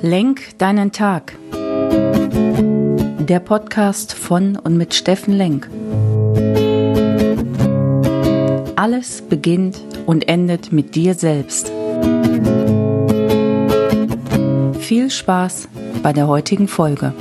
Lenk deinen Tag. Der Podcast von und mit Steffen Lenk. Alles beginnt und endet mit dir selbst. Viel Spaß bei der heutigen Folge.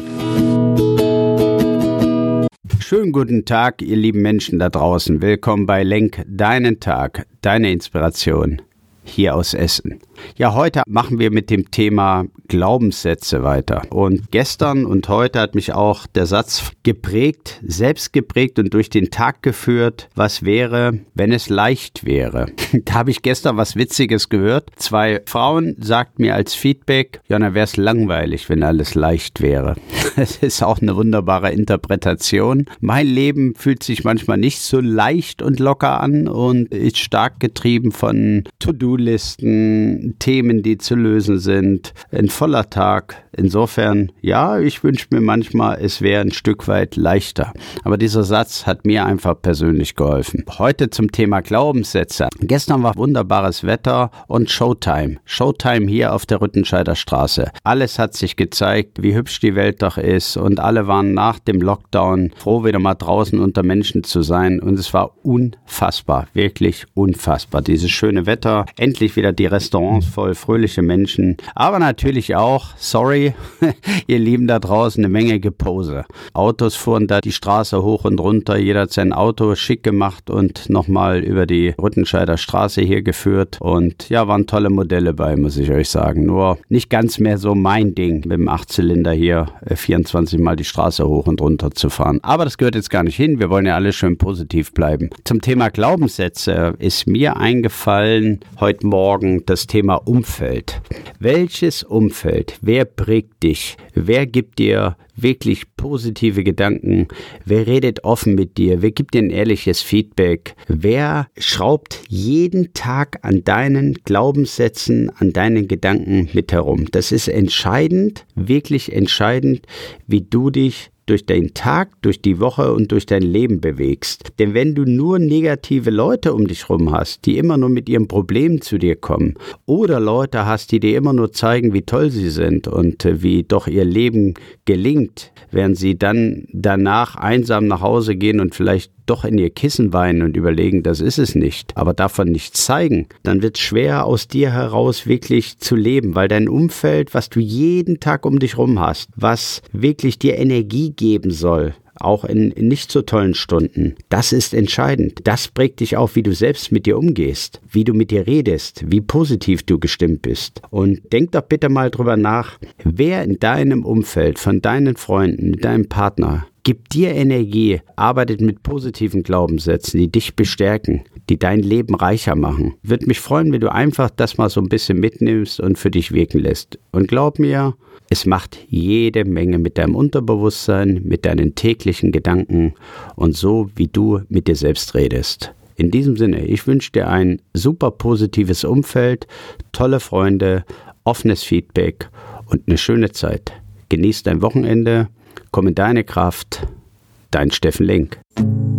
Schönen guten Tag, ihr lieben Menschen da draußen. Willkommen bei Lenk deinen Tag, deine Inspiration hier aus Essen. Ja, heute machen wir mit dem Thema Glaubenssätze weiter. Und gestern und heute hat mich auch der Satz geprägt, selbst geprägt und durch den Tag geführt, was wäre, wenn es leicht wäre. Da habe ich gestern was Witziges gehört. 2 Frauen sagten mir als Feedback, ja, dann wäre es langweilig, wenn alles leicht wäre. Das ist auch eine wunderbare Interpretation. Mein Leben fühlt sich manchmal nicht so leicht und locker an und ist stark getrieben von To-Do-Listen, Themen, die zu lösen sind, ein voller Tag. Insofern, ja, ich wünsche mir manchmal, es wäre ein Stück weit leichter. Aber dieser Satz hat mir einfach persönlich geholfen. Heute zum Thema Glaubenssätze. Gestern war wunderbares Wetter und Showtime. Showtime hier auf der Rüttenscheider Straße. Alles hat sich gezeigt, wie hübsch die Welt doch ist und alle waren nach dem Lockdown froh, wieder mal draußen unter Menschen zu sein und es war unfassbar, wirklich unfassbar. Dieses schöne Wetter, endlich wieder die Restaurants voll, fröhliche Menschen, aber natürlich auch, sorry, ihr Lieben da draußen, eine Menge Gepose. Autos fuhren da die Straße hoch und runter, jeder hat sein Auto schick gemacht und nochmal über die Rüttenscheider Straße hier geführt und ja, waren tolle Modelle bei, muss ich euch sagen. Nur nicht ganz mehr so mein Ding, mit dem 8-Zylinder hier 24 Mal die Straße hoch und runter zu fahren. Aber das gehört jetzt gar nicht hin, wir wollen ja alle schön positiv bleiben. Zum Thema Glaubenssätze ist mir eingefallen heute Morgen das Thema Umfeld. Welches Umfeld? Wer prägt dich? Wer gibt dir wirklich positive Gedanken? Wer redet offen mit dir? Wer gibt dir ein ehrliches Feedback? Wer schraubt jeden Tag an deinen Glaubenssätzen, an deinen Gedanken mit herum? Das ist entscheidend, wirklich entscheidend, wie du dich durch deinen Tag, durch die Woche und durch dein Leben bewegst. Denn wenn du nur negative Leute um dich rum hast, die immer nur mit ihren Problemen zu dir kommen, oder Leute hast, die dir immer nur zeigen, wie toll sie sind und wie doch ihr Leben gelingt, während sie dann danach einsam nach Hause gehen und vielleicht doch in ihr Kissen weinen und überlegen, das ist es nicht, aber davon nichts zeigen, dann wird es schwer, aus dir heraus wirklich zu leben, weil dein Umfeld, was du jeden Tag um dich rum hast, was wirklich dir Energie geben soll, auch in nicht so tollen Stunden, das ist entscheidend. Das prägt dich auch, wie du selbst mit dir umgehst, wie du mit dir redest, wie positiv du gestimmt bist. Und denk doch bitte mal drüber nach, wer in deinem Umfeld, von deinen Freunden, mit deinem Partner, gibt dir Energie, arbeitet mit positiven Glaubenssätzen, die dich bestärken, die dein Leben reicher machen. Würde mich freuen, wenn du einfach das mal so ein bisschen mitnimmst und für dich wirken lässt. Und glaub mir, es macht jede Menge mit deinem Unterbewusstsein, mit deinen täglichen Gedanken und so, wie du mit dir selbst redest. In diesem Sinne, ich wünsche dir ein super positives Umfeld, tolle Freunde, offenes Feedback und eine schöne Zeit. Genieß dein Wochenende. Komm in deine Kraft, dein Steffen Lenk.